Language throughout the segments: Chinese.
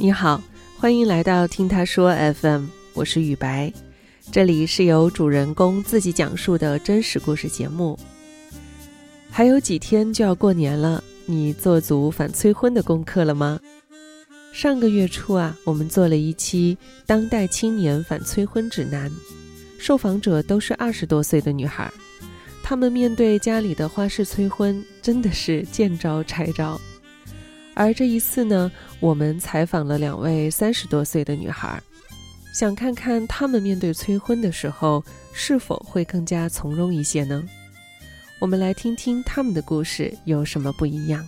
你好，欢迎来到听他说 FM， 我是雨白，这里是由主人公自己讲述的真实故事节目。还有几天就要过年了，你做足反催婚的功课了吗？上个月初我们做了一期当代青年反催婚指南，受访者都是20多岁的女孩，她们面对家里的花式催婚真的是见招拆招。而这一次呢，我们采访了2位30多岁的女孩，想看看她们面对催婚的时候是否会更加从容一些呢？我们来听听她们的故事有什么不一样。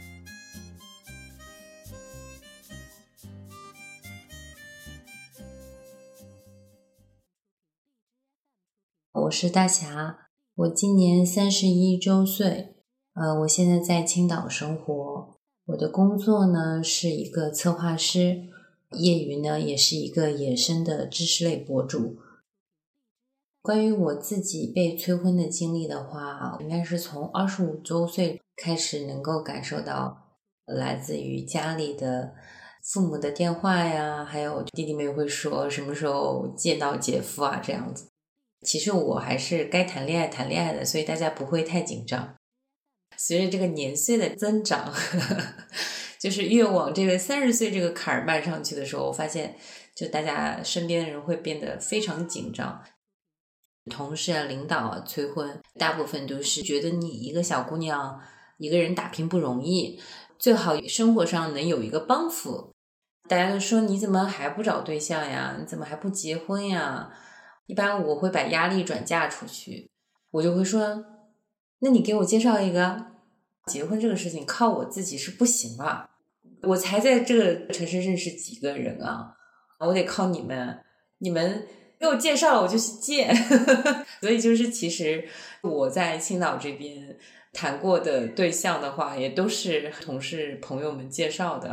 我是大侠，我今年31周岁，我现在在青岛生活。我的工作呢是一个策划师，业余呢也是一个野生的知识类博主。关于我自己被催婚的经历的话，应该是从25周岁开始能够感受到来自于家里的父母的电话呀，还有弟弟妹妹会说什么时候见到姐夫这样子。其实我还是该谈恋爱的，所以大家不会太紧张。随着这个年岁的增长就是越往这个30岁这个坎儿迈上去的时候，我发现就大家身边的人会变得非常紧张，同事领导催婚，大部分都是觉得你一个小姑娘一个人打拼不容易，最好生活上能有一个帮扶。大家都说你怎么还不找对象呀，你怎么还不结婚呀？一般我会把压力转嫁出去，我就会说那你给我介绍一个。结婚这个事情靠我自己是不行了，我才在这个城市认识几个人我得靠你们给我介绍了我就去见所以就是其实我在青岛这边谈过的对象的话，也都是同事朋友们介绍的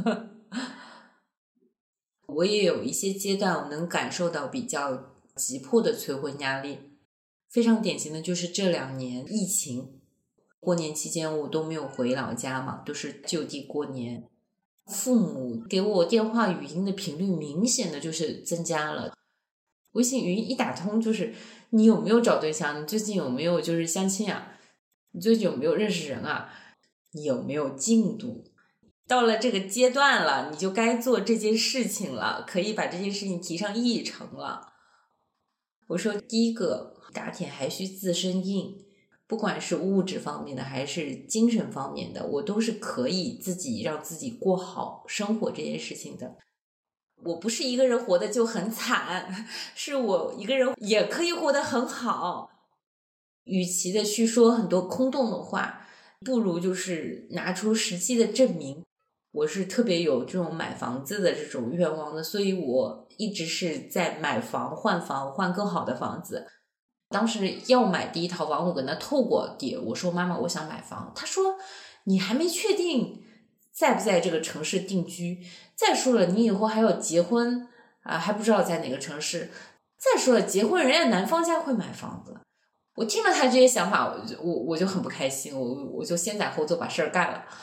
我也有一些阶段我能感受到比较急迫的催婚压力，非常典型的就是这2年疫情过年期间我都没有回老家嘛，都是就地过年。父母给我电话语音的频率明显的就是增加了，微信语音一打通就是你有没有找对象，你最近有没有就是相亲你最近有没有认识人你有没有进度。到了这个阶段了，你就该做这件事情了，可以把这件事情提上议程了。我说第一个，打铁还需自身硬，不管是物质方面的还是精神方面的，我都是可以自己让自己过好生活这件事情的。我不是一个人活得就很惨，是我一个人也可以活得很好。与其的去说很多空洞的话，不如就是拿出实际的证明。我是特别有这种买房子的这种愿望的，所以我一直是在买房换更好的房子。当时要买第一套房，我跟他透过底，我说妈妈我想买房，他说你还没确定在不在这个城市定居，再说了你以后还要结婚还不知道在哪个城市，再说了结婚人家男方家会买房子。我听了他这些想法，我就很不开心，我就先斩后奏把事儿干了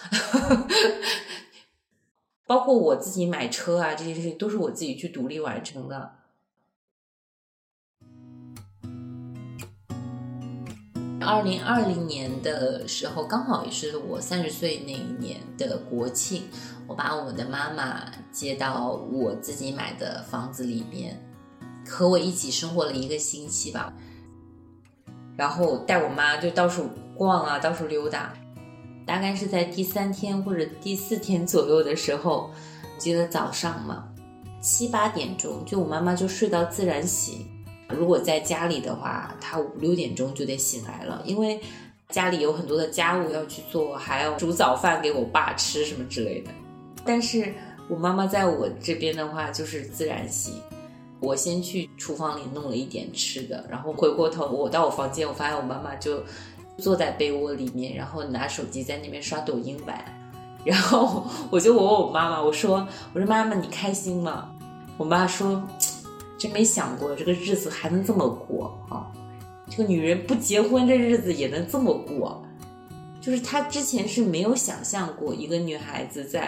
包括我自己买车这些事情都是我自己去独立完成的。2020年的时候，刚好也是我30岁那一年的国庆，我把我的妈妈接到我自己买的房子里面，和我一起生活了1个星期吧。然后带我妈就到处逛到处溜达。大概是在第3天或者第4天左右的时候，记得早上嘛7、8点钟，就我妈妈就睡到自然醒。如果在家里的话，她5、6点钟就得醒来了，因为家里有很多的家务要去做，还要煮早饭给我爸吃什么之类的。但是我妈妈在我这边的话就是自然醒，我先去厨房里弄了一点吃的，然后回过头我到我房间，我发现我妈妈就坐在被窝里面，然后拿手机在那边刷抖音版。然后我就问我妈妈，我说妈妈你开心吗？我妈说真没想过这个日子还能这么过这个女人不结婚这日子也能这么过。就是她之前是没有想象过一个女孩子在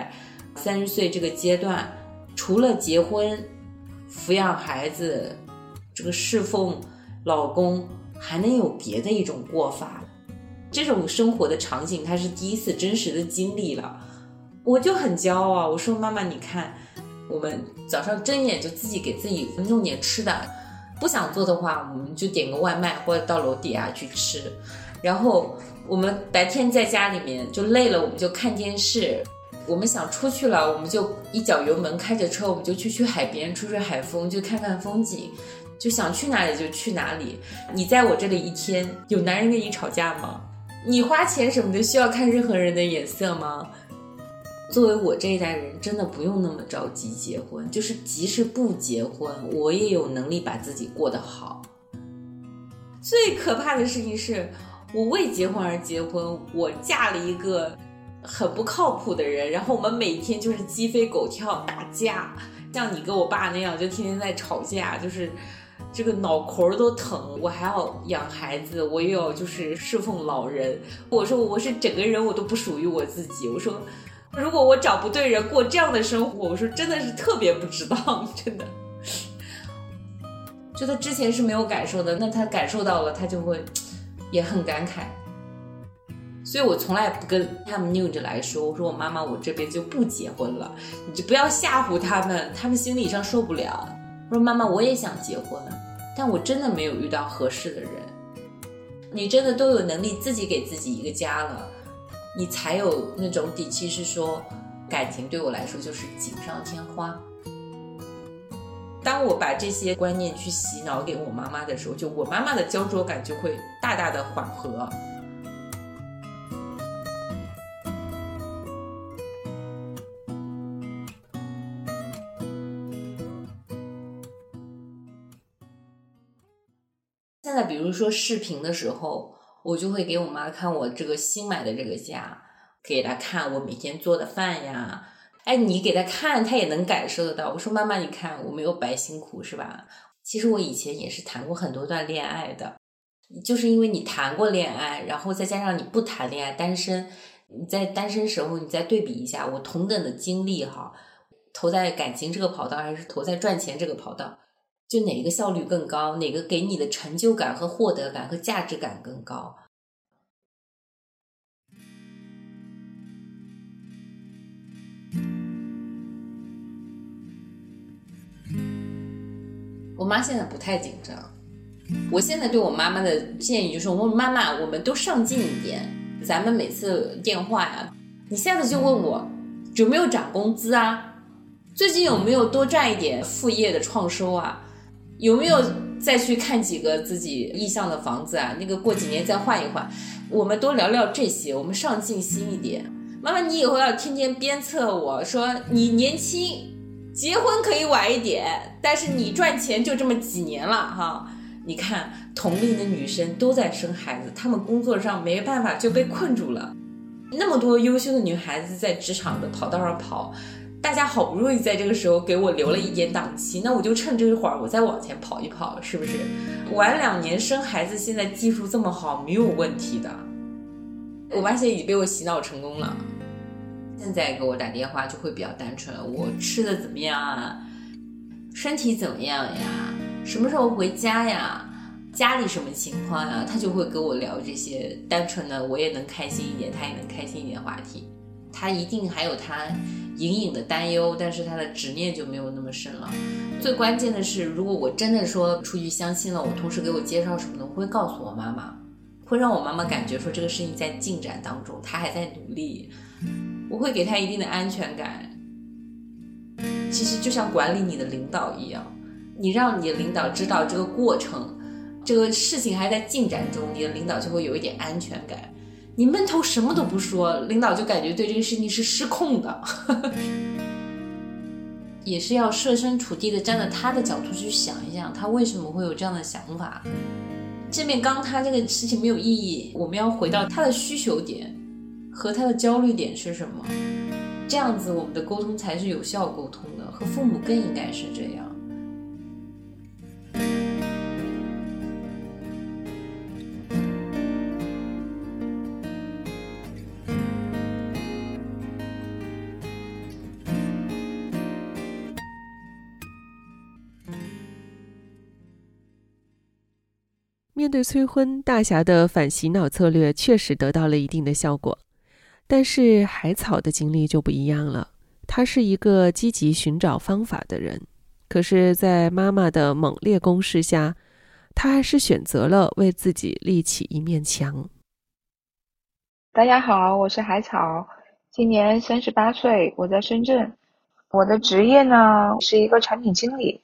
30岁这个阶段，除了结婚、抚养孩子、这个侍奉老公，还能有别的一种过法。这种生活的场景，他是第一次真实的经历了，我就很骄傲。我说妈妈，你看，我们早上睁眼就自己给自己弄点吃的，不想做的话，我们就点个外卖或者到楼底下去吃。然后我们白天在家里面就累了，我们就看电视。我们想出去了，我们就一脚油门开着车，我们就去海边吹吹海风，就看看风景，就想去哪里就去哪里。你在我这里一天，有男人跟你吵架吗？你花钱什么的需要看任何人的眼色吗？作为我这一代人，真的不用那么着急结婚，就是即使不结婚，我也有能力把自己过得好。最可怕的事情是，我为结婚而结婚，我嫁了一个很不靠谱的人，然后我们每天就是鸡飞狗跳打架，像你跟我爸那样就天天在吵架，就是这个脑壳都疼。我还要养孩子，我又要就是侍奉老人。我说我是整个人我都不属于我自己。我说如果我找不对人过这样的生活，我说真的是特别不值当，真的。就他之前是没有感受的，那他感受到了，他就会也很感慨。所以我从来不跟他们拧着来说，我说我妈妈我这边就不结婚了，你就不要吓唬他们，他们心理上受不了。我说妈妈我也想结婚，但我真的没有遇到合适的人。你真的都有能力自己给自己一个家了，你才有那种底气是说感情对我来说就是锦上添花。当我把这些观念去洗脑给我妈妈的时候，就我妈妈的焦灼感就会大大的缓和。现在比如说视频的时候，我就会给我妈看我这个新买的这个家，给她看我每天做的饭呀。哎，你给她看，她也能感受得到。我说妈妈，你看我没有白辛苦是吧？其实我以前也是谈过很多段恋爱的，就是因为你谈过恋爱，然后再加上你不谈恋爱，单身，你在单身时候你再对比一下，我同等的精力哈，投在感情这个跑道还是投在赚钱这个跑道，就哪个效率更高，哪个给你的成就感和获得感和价值感更高。我妈现在不太紧张，我现在对我妈妈的建议就是，我说妈妈，我们都上进一点，咱们每次电话呀，你下次就问我有没有涨工资啊，最近有没有多赚一点副业的创收啊，有没有再去看几个自己意向的房子啊，那个过几年再换一换，我们多聊聊这些，我们上进心一点。妈妈，你以后要天天鞭策我说，你年轻，结婚可以晚一点，但是你赚钱就这么几年了哈。你看同龄的女生都在生孩子，她们工作上没办法就被困住了，那么多优秀的女孩子在职场的跑道上跑，大家好不容易在这个时候给我留了一点档期，那我就趁这一会儿我再往前跑一跑，是不是？晚2年生孩子，现在技术这么好，没有问题的。我妈现在已经被我洗脑成功了，现在给我打电话就会比较单纯，我吃的怎么样啊，身体怎么样呀，什么时候回家呀，家里什么情况呀，她就会跟我聊这些单纯的我也能开心一点，她也能开心一点的话题。她一定还有她隐隐的担忧，但是她的执念就没有那么深了。最关键的是，如果我真的说出去相亲了，我同事给我介绍什么的，我会告诉我妈妈，会让我妈妈感觉说这个事情在进展当中，她还在努力，我会给她一定的安全感。其实就像管理你的领导一样，你让你的领导知道这个过程，这个事情还在进展中，你的领导就会有一点安全感。你闷头什么都不说，领导就感觉对这个事情是失控的。也是要设身处地的站在他的角度去想一想，他为什么会有这样的想法。这面刚他这个事情没有意义，我们要回到他的需求点和他的焦虑点是什么，这样子我们的沟通才是有效沟通的，和父母更应该是这样。 面对催婚，大侠的反洗脑策略确实得到了一定的效果。但是海草的经历就不一样了，他是一个积极寻找方法的人，可是在妈妈的猛烈攻势下，他还是选择了为自己立起一面墙。 大家好，我是海草，今年38岁，我在深圳。我的职业呢是一个产品经理。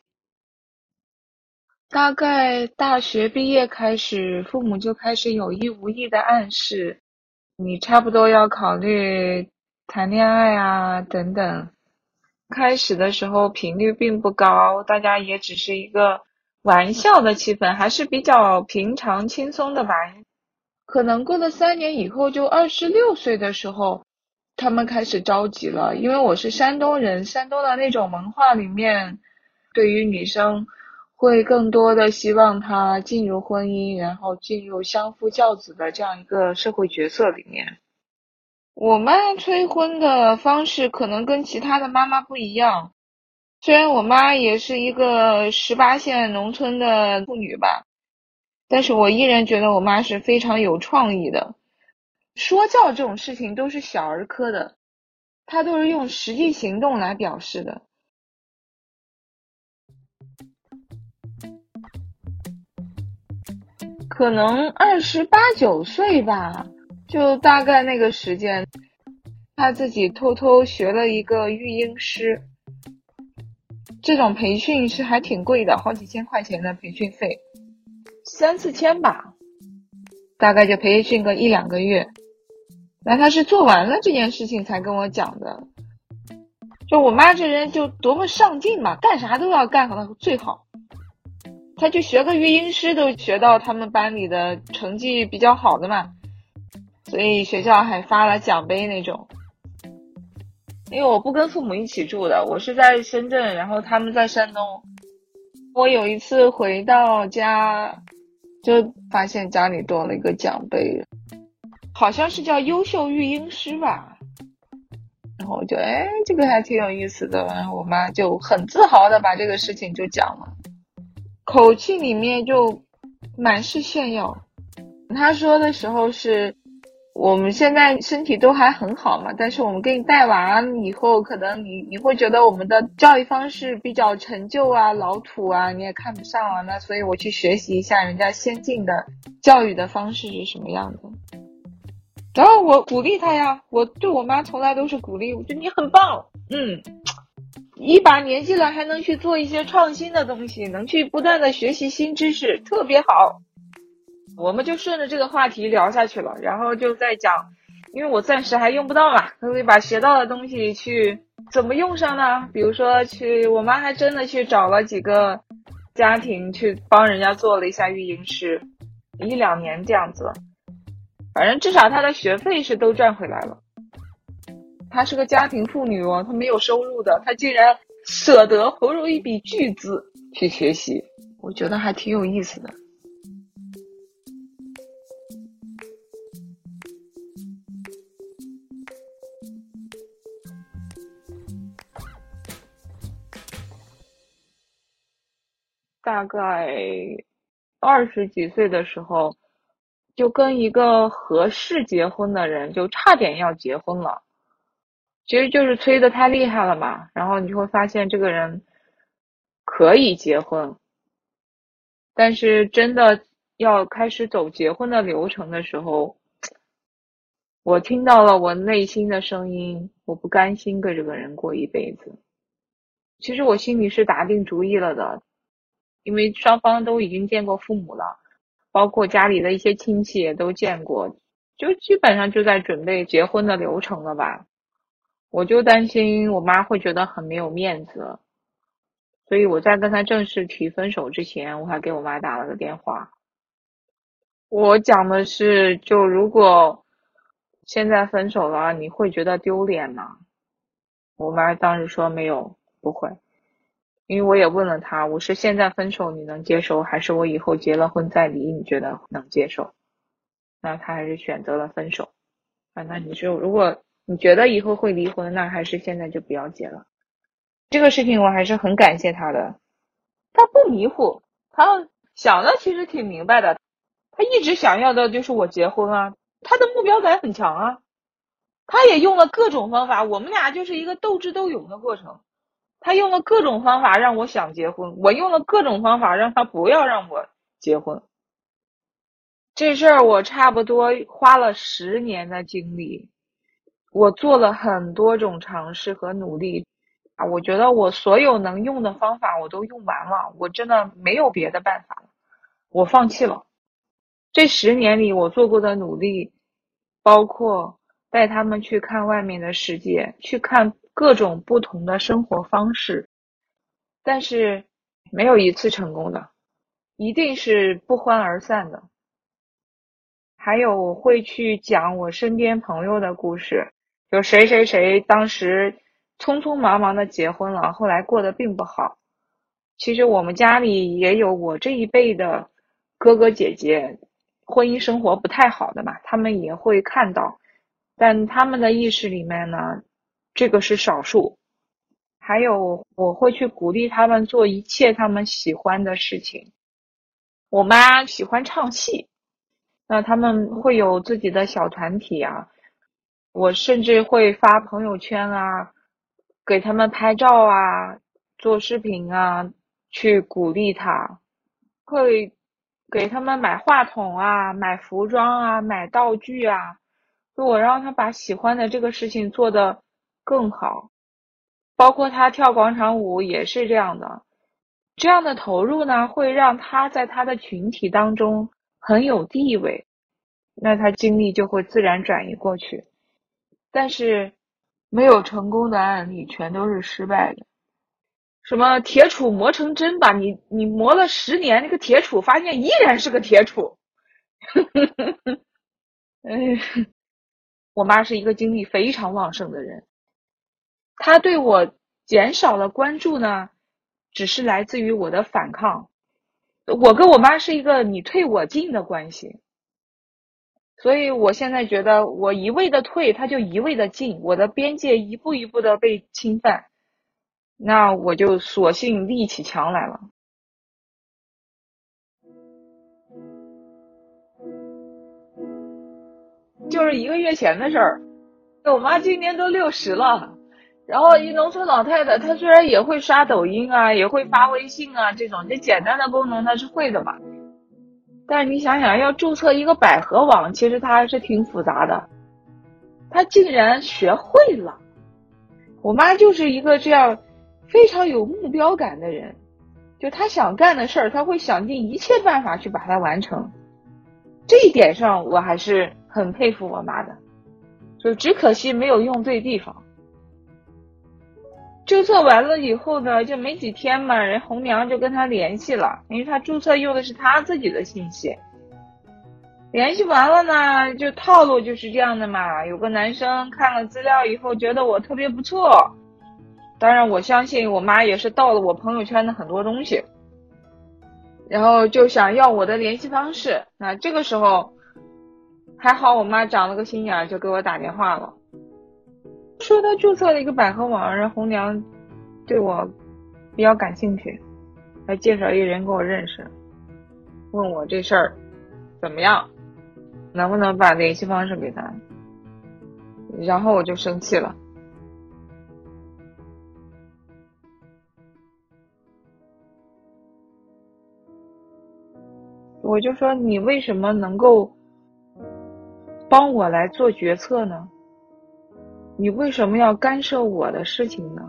大概大学毕业开始，父母就开始有意无意的暗示，你差不多要考虑谈恋爱啊等等。开始的时候频率并不高，大家也只是一个玩笑的气氛，还是比较平常轻松的玩。可能过了3年以后，就26岁的时候，他们开始着急了。因为我是山东人，山东的那种文化里面，对于女生会更多的希望她进入婚姻，然后进入相夫教子的这样一个社会角色里面。我妈催婚的方式可能跟其他的妈妈不一样，虽然我妈也是一个18线农村的妇女吧，但是我依然觉得我妈是非常有创意的。说教这种事情都是小儿科的，她都是用实际行动来表示的。可能28、29岁吧，就大概那个时间，她自己偷偷学了一个育婴师。这种培训是还挺贵的，好几千块钱的培训费，3、4千吧，大概就培训个1、2个月。那他是做完了这件事情才跟我讲的。就我妈这人就多么上进嘛，干啥都要干好的最好。她就学个育婴师都学到他们班里的成绩比较好的嘛，所以学校还发了奖杯那种。因为我不跟父母一起住的，我是在深圳，然后他们在山东。我有一次回到家，就发现家里多了一个奖杯，好像是叫优秀育婴师吧。然后我就这个还挺有意思的，然后我妈就很自豪的把这个事情就讲了，口气里面就满是炫耀。她说的时候是我们现在身体都还很好嘛，但是我们给你带娃以后，可能你会觉得我们的教育方式比较陈旧啊、老土啊，你也看不上啊，那所以我去学习一下人家先进的教育的方式是什么样的。然后我鼓励她呀，我对我妈从来都是鼓励，我觉得你很棒，一把年纪了还能去做一些创新的东西，能去不断的学习新知识，特别好。我们就顺着这个话题聊下去了，然后就在讲，因为我暂时还用不到嘛，所以把学到的东西去怎么用上呢？比如说我妈还真的去找了几个家庭去帮人家做了一下育婴师，1、2年这样子，反正至少她的学费是都赚回来了。她是个家庭妇女哦，她没有收入的，她竟然舍得投入一笔巨资去学习，我觉得还挺有意思的。大概20几岁的时候，就跟一个合适结婚的人就差点要结婚了，其实就是催得太厉害了嘛，然后你就会发现这个人可以结婚，但是真的要开始走结婚的流程的时候，我听到了我内心的声音，我不甘心跟这个人过一辈子。其实我心里是打定主意了的，因为双方都已经见过父母了，包括家里的一些亲戚也都见过，就基本上就在准备结婚的流程了吧。我就担心我妈会觉得很没有面子，所以我在跟她正式提分手之前，我还给我妈打了个电话。我讲的是，就如果现在分手了，你会觉得丢脸吗？我妈当时说没有，不会。因为我也问了她，我是现在分手你能接受，还是我以后结了婚再离你觉得能接受？那她还是选择了分手。那你说如果你觉得以后会离婚，那还是现在就不要结了。这个事情我还是很感谢她的，她不迷糊，她想的其实挺明白的。 他一直想要的就是我结婚啊，他的目标感很强啊。他也用了各种方法，我们俩就是一个斗智斗勇的过程。他用了各种方法让我想结婚，我用了各种方法让他不要让我结婚。这事儿我差不多花了10年的精力，我做了很多种尝试和努力啊，我觉得我所有能用的方法我都用完了，我真的没有别的办法了，我放弃了。这10年里我做过的努力，包括带他们去看外面的世界，去看各种不同的生活方式，但是没有一次成功的，一定是不欢而散的。还有我会去讲我身边朋友的故事，就谁谁谁当时匆匆忙忙的结婚了，后来过得并不好。其实我们家里也有我这一辈的哥哥姐姐，婚姻生活不太好的嘛，他们也会看到，但他们的意识里面呢，这个是少数。还有我会去鼓励他们做一切他们喜欢的事情。我妈喜欢唱戏，那他们会有自己的小团体啊，我甚至会发朋友圈啊，给他们拍照啊，做视频啊，去鼓励他，会给他们买话筒啊，买服装啊，买道具啊，就我让他把喜欢的这个事情做得更好。包括他跳广场舞也是这样的，这样的投入呢，会让他在他的群体当中很有地位，那他精力就会自然转移过去。但是没有成功的案例，全都是失败的。什么铁杵磨成针吧，你磨了10年，那个铁杵发现依然是个铁杵。我妈是一个精力非常旺盛的人，她对我减少了关注呢，只是来自于我的反抗。我跟我妈是一个你退我进的关系，所以我现在觉得我一味的退，她就一味的进，我的边界一步一步的被侵犯，那我就索性立起墙来了。就是1个月前的事儿，我妈今年都60了，然后一农村老太太，她虽然也会刷抖音啊，也会发微信啊，这种这简单的功能她是会的嘛，但是你想想要注册一个百合网，其实它还是挺复杂的，她竟然学会了。我妈就是一个这样非常有目标感的人，就她想干的事儿，她会想尽一切办法去把它完成，这一点上我还是很佩服我妈的，就只可惜没有用对地方。注册完了以后呢，就没几天嘛，人红娘就跟他联系了，因为他注册用的是他自己的信息。联系完了呢，就套路就是这样的嘛，有个男生看了资料以后觉得我特别不错，当然我相信我妈也是盗了我朋友圈的很多东西，然后就想要我的联系方式。那这个时候还好我妈长了个心眼，就给我打电话了，说她注册了一个百合网，人红娘对我比较感兴趣，还介绍一个人给我认识，问我这事儿怎么样，能不能把联系方式给他。然后我就生气了，我就说你为什么能够帮我来做决策呢？你为什么要干涉我的事情呢？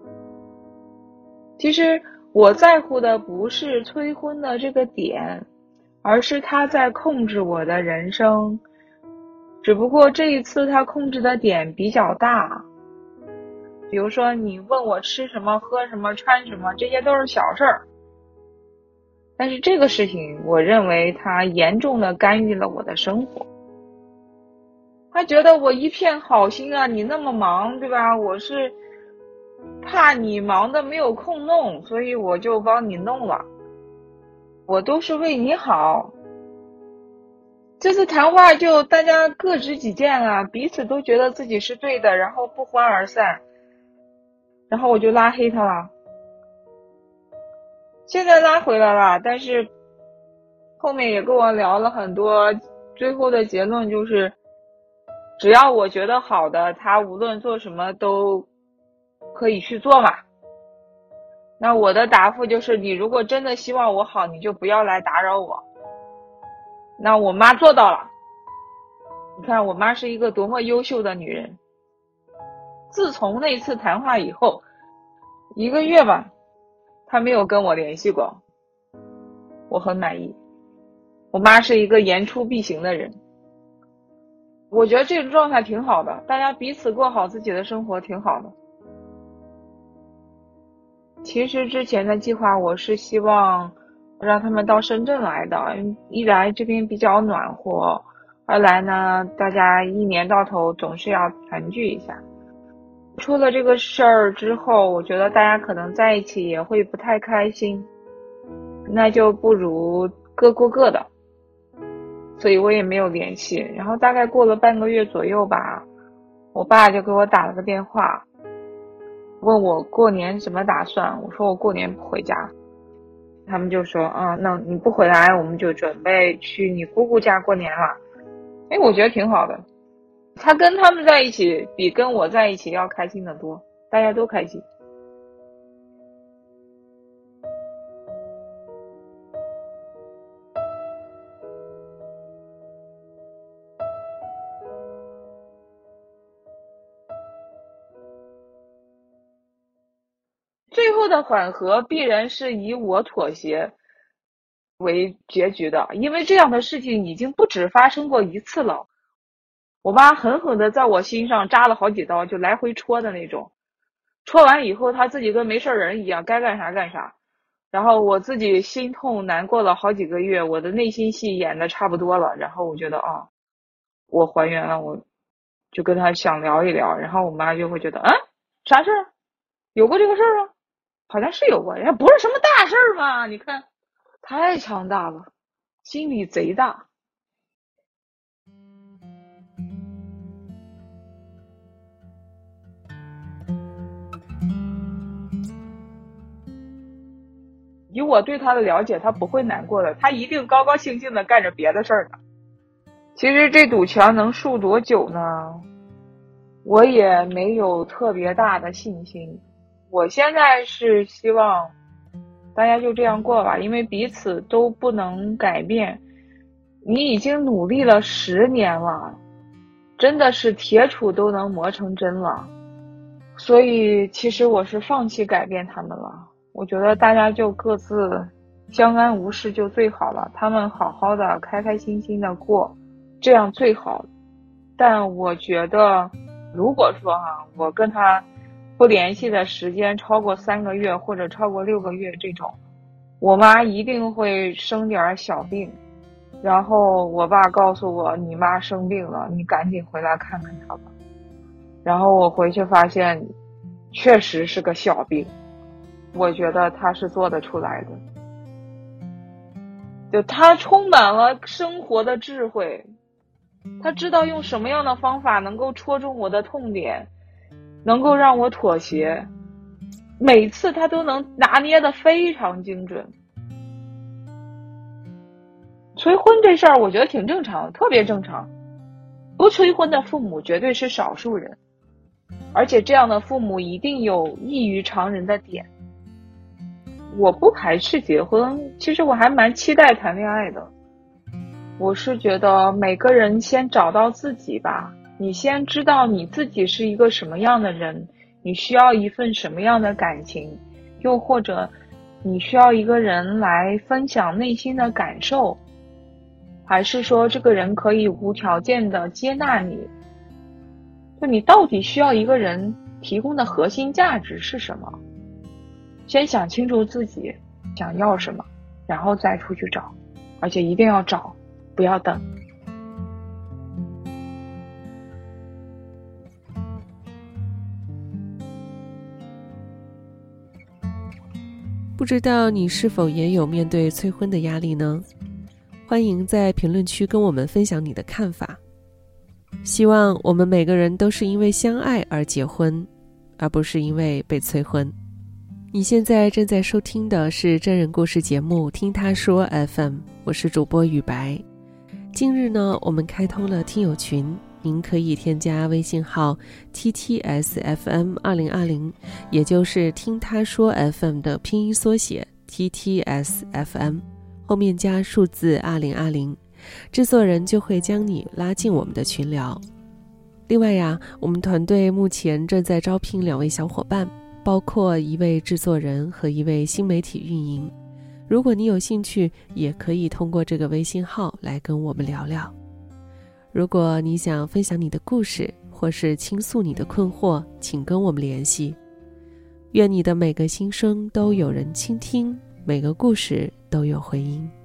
其实我在乎的不是催婚的这个点，而是他在控制我的人生，只不过这一次他控制的点比较大。比如说你问我吃什么喝什么穿什么，这些都是小事儿，但是这个事情我认为他严重的干预了我的生活。他觉得我一片好心啊，你那么忙对吧，我是怕你忙的没有空弄，所以我就帮你弄了，我都是为你好。这次谈话就大家各执己见啊，彼此都觉得自己是对的，然后不欢而散，然后我就拉黑他了。现在拉回来了，但是后面也跟我聊了很多，最后的结论就是只要我觉得好的，他无论做什么都可以去做嘛。那我的答复就是，你如果真的希望我好，你就不要来打扰我。那我妈做到了，你看我妈是一个多么优秀的女人。自从那次谈话以后1个月吧，她没有跟我联系过，我很满意。我妈是一个言出必行的人，我觉得这种状态挺好的，大家彼此过好自己的生活挺好的。其实之前的计划我是希望让他们到深圳来的，一来这边比较暖和，二来呢大家一年到头总是要团聚一下。出了这个事儿之后，我觉得大家可能在一起也会不太开心，那就不如各过各的，所以我也没有联系。然后大概过了半个月左右吧，我爸就给我打了个电话，问我过年什么打算。我说我过年不回家。他们就说那你不回来，我们就准备去你姑姑家过年了。我觉得挺好的，他跟他们在一起比跟我在一起要开心得多，大家都开心。最后的缓和必然是以我妥协为结局的，因为这样的事情已经不止发生过一次了。我妈狠狠地在我心上扎了好几刀，就来回戳的那种。戳完以后，她自己跟没事人一样，该干啥干啥。然后我自己心痛难过了好几个月，我的内心戏演的差不多了。然后我觉得我还原了，我就跟她想聊一聊。然后我妈就会觉得啥事儿？有过这个事儿啊？好像是有过，人家不是什么大事儿嘛。你看，太强大了，心里贼大。以我对他的了解，他不会难过的，他一定高高兴兴的干着别的事儿呢。其实这堵墙能树多久呢？我也没有特别大的信心。我现在是希望大家就这样过吧，因为彼此都不能改变。你已经努力了10年了，真的是铁杵都能磨成针了。所以其实我是放弃改变他们了。我觉得大家就各自相安无事就最好了，他们好好的开开心心的过，这样最好。但我觉得如果说我跟他不联系的时间超过3个月或者超过6个月这种，我妈一定会生点小病，然后我爸告诉我你妈生病了，你赶紧回来看看她吧。然后我回去发现确实是个小病，我觉得他是做得出来的。就他充满了生活的智慧，他知道用什么样的方法能够戳中我的痛点，能够让我妥协，每次他都能拿捏得非常精准。催婚这事儿我觉得挺正常的，特别正常。不催婚的父母绝对是少数人，而且这样的父母一定有异于常人的点。我不排斥结婚，其实我还蛮期待谈恋爱的。我是觉得每个人先找到自己吧，你先知道你自己是一个什么样的人，你需要一份什么样的感情，又或者你需要一个人来分享内心的感受，还是说这个人可以无条件的接纳你，就你到底需要一个人提供的核心价值是什么。先想清楚自己想要什么，然后再出去找，而且一定要找，不要等。 不知道你是否也有面对催婚的压力呢？欢迎在评论区跟我们分享你的看法。希望我们每个人都是因为相爱而结婚，而不是因为被催婚。 你现在正在收听的是真人故事节目听他说 FM， 我是主播雨白。近日呢，我们开通了听友群，您可以添加微信号 TTSFM2020， 也就是听他说 FM 的拼音缩写 TTSFM， 后面加数字2020，制作人就会将你拉进我们的群聊。另外呀，我们团队目前正在招聘2位小伙伴，包括1位制作人和1位新媒体运营。如果你有兴趣，也可以通过这个微信号来跟我们聊聊。如果你想分享你的故事，或是倾诉你的困惑，请跟我们联系。愿你的每个心声都有人倾听，每个故事都有回音。